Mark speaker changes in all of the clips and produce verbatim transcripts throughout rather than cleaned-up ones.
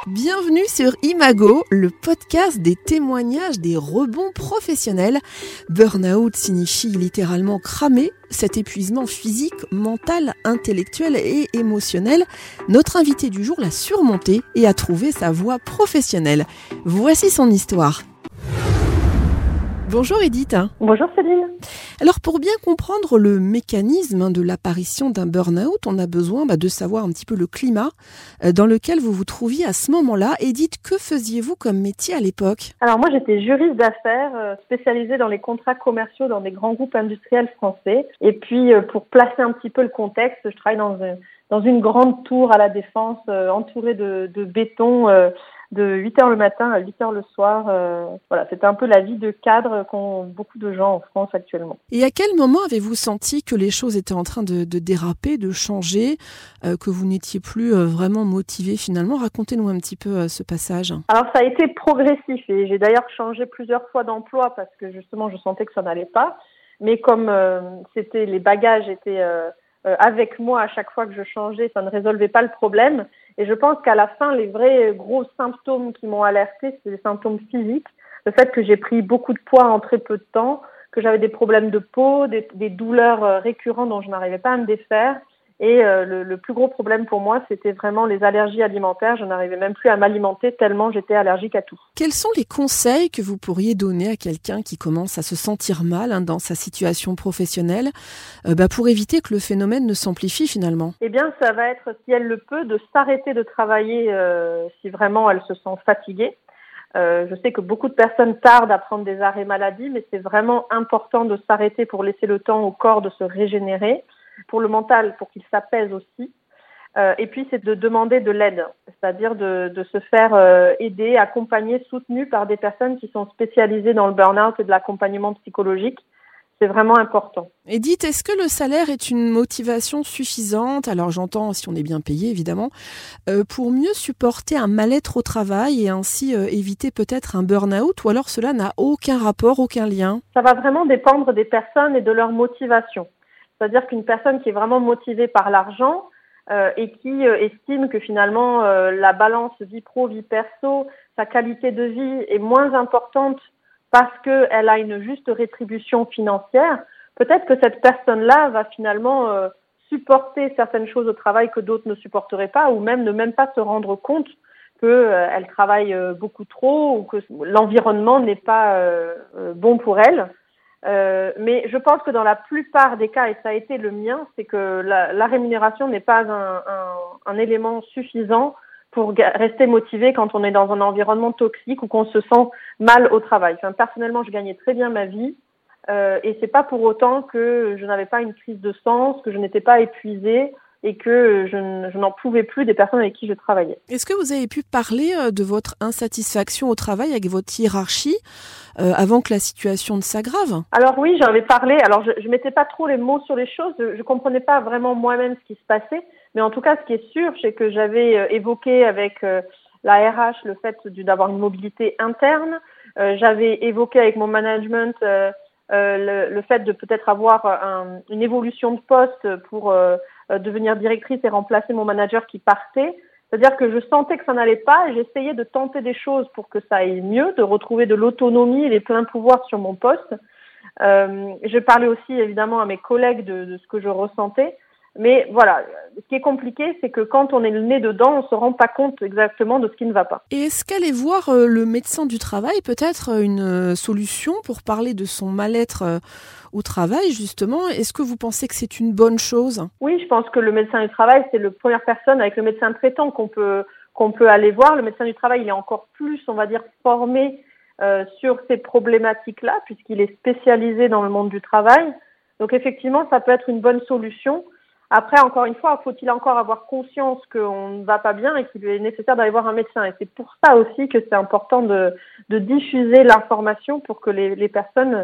Speaker 1: Bienvenue sur Imago, le podcast des témoignages des rebonds professionnels. Burnout signifie littéralement cramer, cet épuisement physique, mental, intellectuel et émotionnel. Notre invité du jour l'a surmonté et a trouvé sa voie professionnelle. Voici son histoire. Bonjour Edith.
Speaker 2: Bonjour Céline.
Speaker 1: Alors pour bien comprendre le mécanisme de l'apparition d'un burn-out, on a besoin bah, de savoir un petit peu le climat dans lequel vous vous trouviez à ce moment-là. Edith, que faisiez-vous comme métier à l'époque ?
Speaker 2: Alors moi j'étais juriste d'affaires spécialisée dans les contrats commerciaux dans des grands groupes industriels français. Et puis pour placer un petit peu le contexte, je travaille dans une, dans une grande tour à la Défense entourée de, de béton de huit heures le matin à huit heures le soir. Euh, voilà, c'était un peu la vie de cadre qu'ont beaucoup de gens en France actuellement.
Speaker 1: Et à quel moment avez-vous senti que les choses étaient en train de, de déraper, de changer, euh, que vous n'étiez plus euh, vraiment motivé finalement ? Racontez-nous un petit peu euh, ce passage.
Speaker 2: Alors ça a été progressif et j'ai d'ailleurs changé plusieurs fois d'emploi parce que justement je sentais que ça n'allait pas. Mais comme euh, c'était les bagages étaient euh, euh, avec moi à chaque fois que je changeais, ça ne résolvait pas le problème. Et je pense qu'à la fin, les vrais gros symptômes qui m'ont alertée, c'est des symptômes physiques. Le fait que j'ai pris beaucoup de poids en très peu de temps, que j'avais des problèmes de peau, des, des douleurs récurrentes dont je n'arrivais pas à me défaire. Et euh, le, le plus gros problème pour moi, c'était vraiment les allergies alimentaires. Je n'arrivais même plus à m'alimenter tellement j'étais allergique à tout.
Speaker 1: Quels sont les conseils que vous pourriez donner à quelqu'un qui commence à se sentir mal hein, dans sa situation professionnelle euh, bah, pour éviter que le phénomène ne s'amplifie finalement ?
Speaker 2: Eh bien, ça va être, si elle le peut, de s'arrêter de travailler euh, si vraiment elle se sent fatiguée. Euh, je sais que beaucoup de personnes tardent à prendre des arrêts maladie, mais c'est vraiment important de s'arrêter pour laisser le temps au corps de se régénérer. Pour le mental, pour qu'il s'apaise aussi. Euh, et puis, c'est de demander de l'aide, c'est-à-dire de, de se faire euh, aider, accompagner, soutenu par des personnes qui sont spécialisées dans le burn-out et de l'accompagnement psychologique. C'est vraiment important.
Speaker 1: Edith, est-ce que le salaire est une motivation suffisante ? Alors j'entends si on est bien payé évidemment, euh, pour mieux supporter un mal-être au travail et ainsi euh, éviter peut-être un burn-out ou alors cela n'a aucun rapport, aucun lien ?
Speaker 2: Ça va vraiment dépendre des personnes et de leur motivation. C'est-à-dire qu'une personne qui est vraiment motivée par l'argent euh, et qui euh, estime que finalement euh, la balance vie pro, vie perso, sa qualité de vie est moins importante parce qu'elle a une juste rétribution financière, peut-être que cette personne-là va finalement euh, supporter certaines choses au travail que d'autres ne supporteraient pas ou même ne même pas se rendre compte qu'elle euh, travaille euh, beaucoup trop ou que l'environnement n'est pas euh, euh, bon pour elle. Euh, mais je pense que dans la plupart des cas, et ça a été le mien, c'est que la, la rémunération n'est pas un, un, un élément suffisant pour ga- rester motivé quand on est dans un environnement toxique ou qu'on se sent mal au travail. Enfin, personnellement, je gagnais très bien ma vie euh, et c'est pas pour autant que je n'avais pas une crise de sens, que je n'étais pas épuisée et que je, n- je n'en pouvais plus des personnes avec qui je travaillais.
Speaker 1: Est-ce que vous avez pu parler de votre insatisfaction au travail avec votre hiérarchie euh, avant que la situation ne s'aggrave ?
Speaker 2: Alors oui, j'en avais parlé. Alors je, je mettais pas trop les mots sur les choses. Je, je comprenais pas vraiment moi-même ce qui se passait. Mais en tout cas, ce qui est sûr, c'est que j'avais euh, évoqué avec euh, la R H le fait de, d'avoir une mobilité interne. Euh, j'avais évoqué avec mon management euh, euh, le, le fait de peut-être avoir un, une évolution de poste pour euh, euh, devenir directrice et remplacer mon manager qui partait. C'est-à-dire que je sentais que ça n'allait pas et j'essayais de tenter des choses pour que ça aille mieux, de retrouver de l'autonomie et les pleins pouvoirs sur mon poste. Euh, je parlais aussi évidemment à mes collègues de, de ce que je ressentais. Mais voilà, ce qui est compliqué, c'est que quand on est le nez dedans, on ne se rend pas compte exactement de ce qui ne va pas.
Speaker 1: Et est-ce qu'aller voir euh, le médecin du travail peut être une euh, solution pour parler de son mal-être euh, au travail, justement ? Est-ce que vous pensez que c'est une bonne chose ?
Speaker 2: Oui, je pense que le médecin du travail, c'est la première personne avec le médecin traitant qu'on peut, qu'on peut aller voir. Le médecin du travail, il est encore plus, on va dire, formé euh, sur ces problématiques-là, puisqu'il est spécialisé dans le monde du travail. Donc effectivement, ça peut être une bonne solution. Après, encore une fois, faut-il encore avoir conscience qu'on ne va pas bien et qu'il est nécessaire d'aller voir un médecin. Et c'est pour ça aussi que c'est important de, de diffuser l'information pour que les, les personnes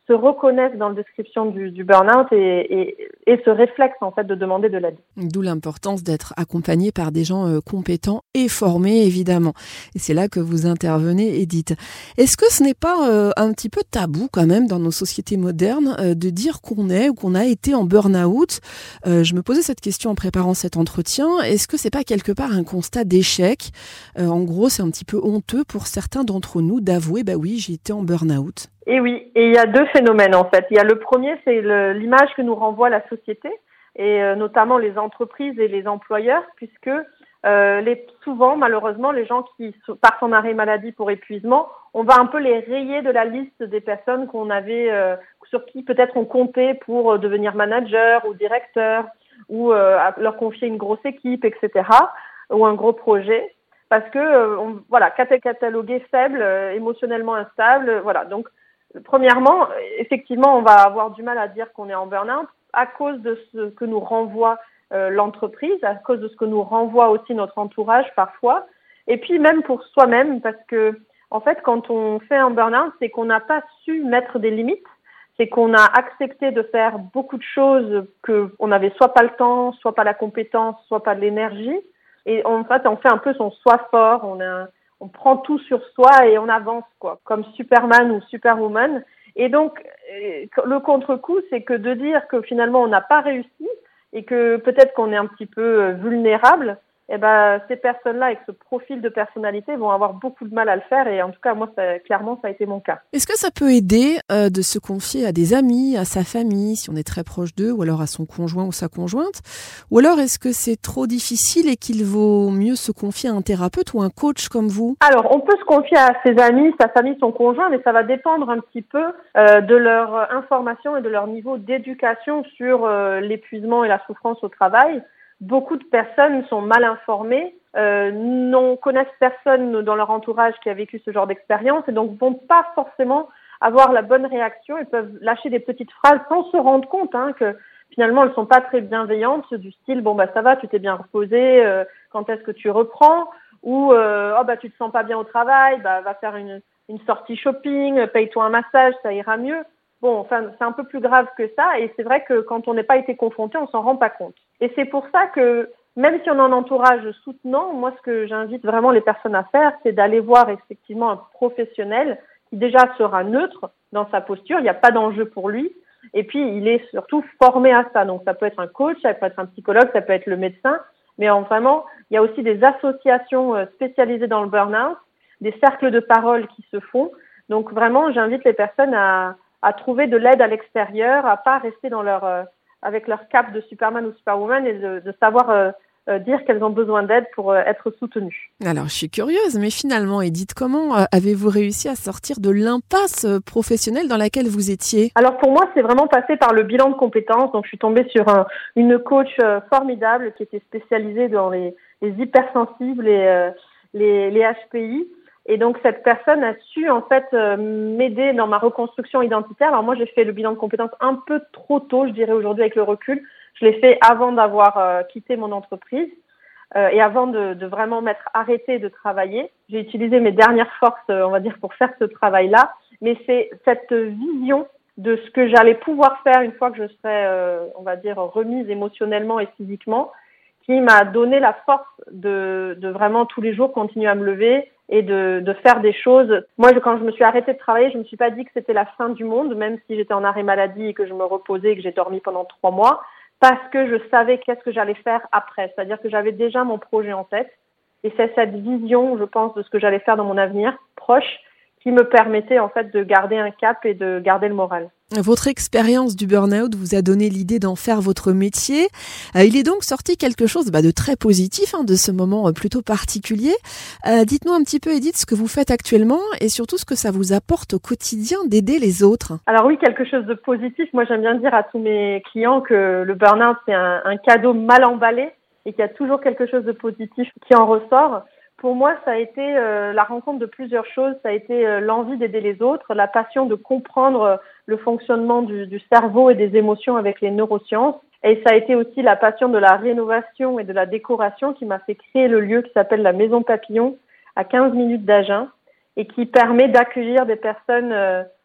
Speaker 2: se reconnaissent dans la description du, du burn-out et, et, et ce réflexe en fait de demander de l'aide.
Speaker 1: D'où l'importance d'être accompagné par des gens euh, compétents et formés évidemment. Et c'est là que vous intervenez, Edith. Est-ce que ce n'est pas euh, un petit peu tabou quand même dans nos sociétés modernes euh, de dire qu'on est ou qu'on a été en burn-out? euh, Je me posais cette question en préparant cet entretien. Est-ce que c'est pas quelque part un constat d'échec? euh, En gros, c'est un petit peu honteux pour certains d'entre nous d'avouer, bah oui, j'ai été en burn-out.
Speaker 2: Et oui, et il y a deux phénomènes en fait. Il y a le premier, c'est le, l'image que nous renvoie la société, et euh, notamment les entreprises et les employeurs, puisque euh, les, souvent, malheureusement, les gens qui partent en arrêt maladie pour épuisement, on va un peu les rayer de la liste des personnes qu'on avait, euh, sur qui peut-être on comptait pour devenir manager ou directeur, ou euh, leur confier une grosse équipe, et cetera, ou un gros projet. Parce que, euh, on, voilà, catalogué faible, euh, émotionnellement instable, euh, voilà. Donc, premièrement, effectivement, on va avoir du mal à dire qu'on est en burn-out à cause de ce que nous renvoie euh, l'entreprise, à cause de ce que nous renvoie aussi notre entourage parfois, et puis même pour soi-même, parce que, en fait, quand on fait un burn-out, c'est qu'on n'a pas su mettre des limites, c'est qu'on a accepté de faire beaucoup de choses qu'on n'avait soit pas le temps, soit pas la compétence, soit pas de l'énergie. Et en fait, on fait un peu son soi fort, on, a, on prend tout sur soi et on avance, quoi, comme Superman ou Superwoman. Et donc, le contre-coup, c'est que de dire que finalement, on n'a pas réussi et que peut-être qu'on est un petit peu vulnérable, eh ben, ces personnes-là, avec ce profil de personnalité, vont avoir beaucoup de mal à le faire. Et en tout cas, moi, ça, clairement, ça a été mon cas.
Speaker 1: Est-ce que ça peut aider euh, de se confier à des amis, à sa famille, si on est très proche d'eux, ou alors à son conjoint ou sa conjointe? Ou alors, est-ce que c'est trop difficile et qu'il vaut mieux se confier à un thérapeute ou un coach comme vous?
Speaker 2: Alors, on peut se confier à ses amis, sa famille, son conjoint, mais ça va dépendre un petit peu euh, de leur information et de leur niveau d'éducation sur euh, l'épuisement et la souffrance au travail. Beaucoup de personnes sont mal informées, euh, non connaissent personne dans leur entourage qui a vécu ce genre d'expérience et donc vont pas forcément avoir la bonne réaction. Ils peuvent lâcher des petites phrases sans se rendre compte hein, que finalement elles sont pas très bienveillantes, du style bon bah ça va, tu t'es bien reposé, euh, quand est-ce que tu reprends, ou euh, oh bah tu te sens pas bien au travail, bah va faire une une sortie shopping, paye-toi un massage, ça ira mieux. Bon, enfin, c'est un peu plus grave que ça, et c'est vrai que quand on n'est pas été confronté, on s'en rend pas compte. Et c'est pour ça que, même si on a un entourage soutenant, moi, ce que j'invite vraiment les personnes à faire, c'est d'aller voir effectivement un professionnel qui déjà sera neutre dans sa posture, il n'y a pas d'enjeu pour lui, et puis il est surtout formé à ça. Donc ça peut être un coach, ça peut être un psychologue, ça peut être le médecin, mais en vraiment, il y a aussi des associations spécialisées dans le burn-out, des cercles de parole qui se font. Donc vraiment, j'invite les personnes à à trouver de l'aide à l'extérieur, à pas rester dans leur euh, avec leur cape de Superman ou Superwoman et de, de savoir euh, euh, dire qu'elles ont besoin d'aide pour euh, être soutenues.
Speaker 1: Alors, je suis curieuse, mais finalement, Edith, comment euh, avez-vous réussi à sortir de l'impasse euh, professionnelle dans laquelle vous étiez?
Speaker 2: Alors pour moi, c'est vraiment passé par le bilan de compétences. Donc je suis tombée sur un, une coach euh, formidable qui était spécialisée dans les, les hypersensibles et euh, les, les H P I. Et donc, cette personne a su, en fait, euh, m'aider dans ma reconstruction identitaire. Alors, moi, j'ai fait le bilan de compétences un peu trop tôt, je dirais, aujourd'hui, avec le recul. Je l'ai fait avant d'avoir euh, quitté mon entreprise euh, et avant de, de vraiment m'être arrêtée de travailler. J'ai utilisé mes dernières forces, euh, on va dire, pour faire ce travail-là. Mais c'est cette vision de ce que j'allais pouvoir faire une fois que je serais, euh, on va dire, remise émotionnellement et physiquement, qui m'a donné la force de, de vraiment tous les jours continuer à me lever et de, de faire des choses. Moi, quand je me suis arrêtée de travailler, je me suis pas dit que c'était la fin du monde, même si j'étais en arrêt maladie et que je me reposais et que j'ai dormi pendant trois mois, parce que je savais qu'est-ce que j'allais faire après. C'est-à-dire que j'avais déjà mon projet en tête. Et c'est cette vision, je pense, de ce que j'allais faire dans mon avenir proche qui me permettait, en fait, de garder un cap et de garder le moral.
Speaker 1: Votre expérience du burn-out vous a donné l'idée d'en faire votre métier. Euh, il est donc sorti quelque chose bah, de très positif hein, de ce moment euh, plutôt particulier. Euh, dites-nous un petit peu, Edith, ce que vous faites actuellement et surtout ce que ça vous apporte au quotidien d'aider les autres.
Speaker 2: Alors oui, quelque chose de positif. Moi, j'aime bien dire à tous mes clients que le burn-out, c'est un, un cadeau mal emballé et qu'il y a toujours quelque chose de positif qui en ressort. Pour moi, ça a été euh, la rencontre de plusieurs choses. Ça a été euh, l'envie d'aider les autres, la passion de comprendre euh, le fonctionnement du, du cerveau et des émotions avec les neurosciences. Et ça a été aussi la passion de la rénovation et de la décoration qui m'a fait créer le lieu qui s'appelle la Maison Papillon à quinze minutes d'Agen et qui permet d'accueillir des personnes euh,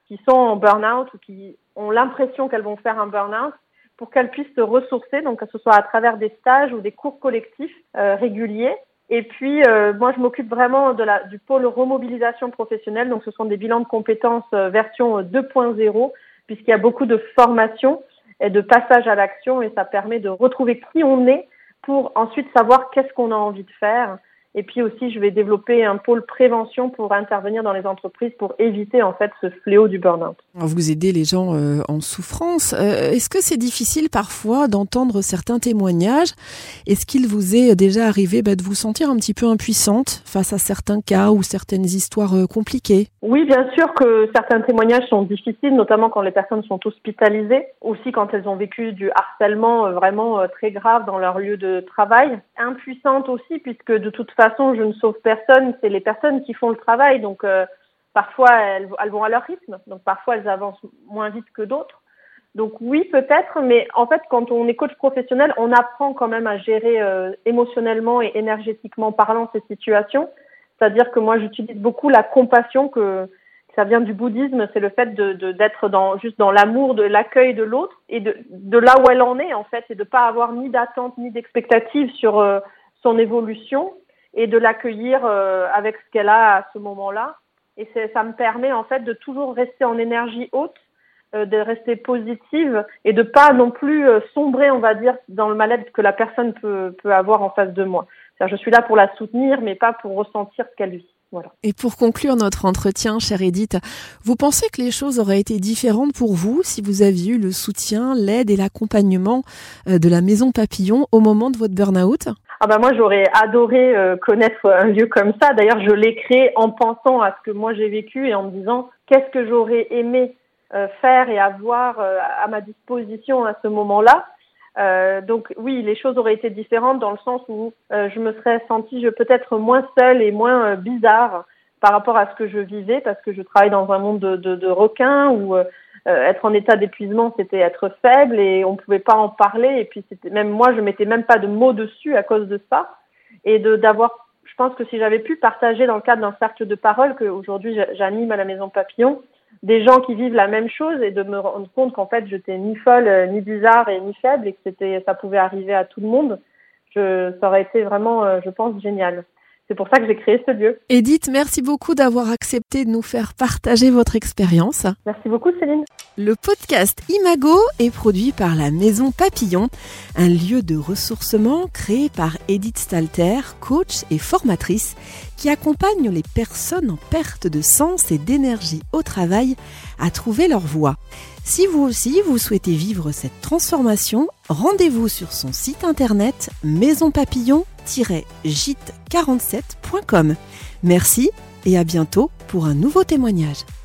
Speaker 2: qui sont en burn-out ou qui ont l'impression qu'elles vont faire un burn-out, pour qu'elles puissent se ressourcer, donc que ce soit à travers des stages ou des cours collectifs euh, réguliers. Et puis, euh, moi, je m'occupe vraiment de la, du pôle remobilisation professionnelle. Donc, ce sont des bilans de compétences euh, version deux point zéro, puisqu'il y a beaucoup de formation et de passage à l'action, et ça permet de retrouver qui on est pour ensuite savoir qu'est-ce qu'on a envie de faire. Et puis aussi, je vais développer un pôle prévention pour intervenir dans les entreprises pour éviter en fait ce fléau du burn-out.
Speaker 1: Vous aidez les gens euh, en souffrance. Euh, est-ce que c'est difficile parfois d'entendre certains témoignages ? Est-ce qu'il vous est déjà arrivé bah, de vous sentir un petit peu impuissante face à certains cas ou certaines histoires euh, compliquées ?
Speaker 2: Oui, bien sûr que certains témoignages sont difficiles, notamment quand les personnes sont hospitalisées, aussi quand elles ont vécu du harcèlement euh, vraiment euh, très grave dans leur lieu de travail. Impuissante aussi, puisque de toute façon, De toute façon, je ne sauve personne, c'est les personnes qui font le travail. Donc, euh, parfois, elles, elles vont à leur rythme. Donc, parfois, elles avancent moins vite que d'autres. Donc, oui, peut-être. Mais en fait, quand on est coach professionnel, on apprend quand même à gérer euh, émotionnellement et énergétiquement parlant ces situations. C'est-à-dire que moi, j'utilise beaucoup la compassion, que ça vient du bouddhisme. C'est le fait de, de, d'être dans, juste dans l'amour, de l'accueil de l'autre et de, de là où elle en est, en fait, et de ne pas avoir ni d'attente ni d'expectative sur euh, son évolution, et de l'accueillir euh, avec ce qu'elle a à ce moment-là. Et c'est, ça me permet en fait de toujours rester en énergie haute, euh, de rester positive et de pas non plus euh, sombrer, on va dire, dans le mal-être que la personne peut, peut avoir en face de moi. C'est-à-dire, je suis là pour la soutenir, mais pas pour ressentir ce qu'elle vit. Voilà.
Speaker 1: Et pour conclure notre entretien, chère Edith, vous pensez que les choses auraient été différentes pour vous si vous aviez eu le soutien, l'aide et l'accompagnement de la Maison Papillon au moment de votre burn-out ?
Speaker 2: Ah ben moi, j'aurais adoré euh, connaître un lieu comme ça. D'ailleurs, je l'ai créé en pensant à ce que moi j'ai vécu et en me disant qu'est-ce que j'aurais aimé euh, faire et avoir euh, à ma disposition à ce moment-là. Euh, donc oui, les choses auraient été différentes dans le sens où euh, je me serais sentie je, peut-être moins seule et moins euh, bizarre par rapport à ce que je vivais, parce que je travaille dans un monde de, de, de requins où euh, être en état d'épuisement, c'était être faible et on pouvait pas en parler. Et puis c'était même moi, je mettais même pas de mots dessus à cause de ça. Et de d'avoir, je pense que si j'avais pu partager dans le cadre d'un cercle de parole qu'aujourd'hui j'anime à la Maison Papillon, des gens qui vivent la même chose et de me rendre compte qu'en fait, j'étais ni folle, ni bizarre et ni faible et que c'était, ça pouvait arriver à tout le monde, je, ça aurait été vraiment, je pense, génial. C'est pour ça que j'ai créé ce lieu.
Speaker 1: Edith, merci beaucoup d'avoir accepté de nous faire partager votre expérience.
Speaker 2: Merci beaucoup, Céline.
Speaker 1: Le podcast Imago est produit par la Maison Papillon, un lieu de ressourcement créé par Edith Stalter, coach et formatrice, qui accompagne les personnes en perte de sens et d'énergie au travail à trouver leur voie. Si vous aussi, vous souhaitez vivre cette transformation, rendez-vous sur son site internet maison papillon tiret gîte quarante-sept point com. Merci et à bientôt pour un nouveau témoignage.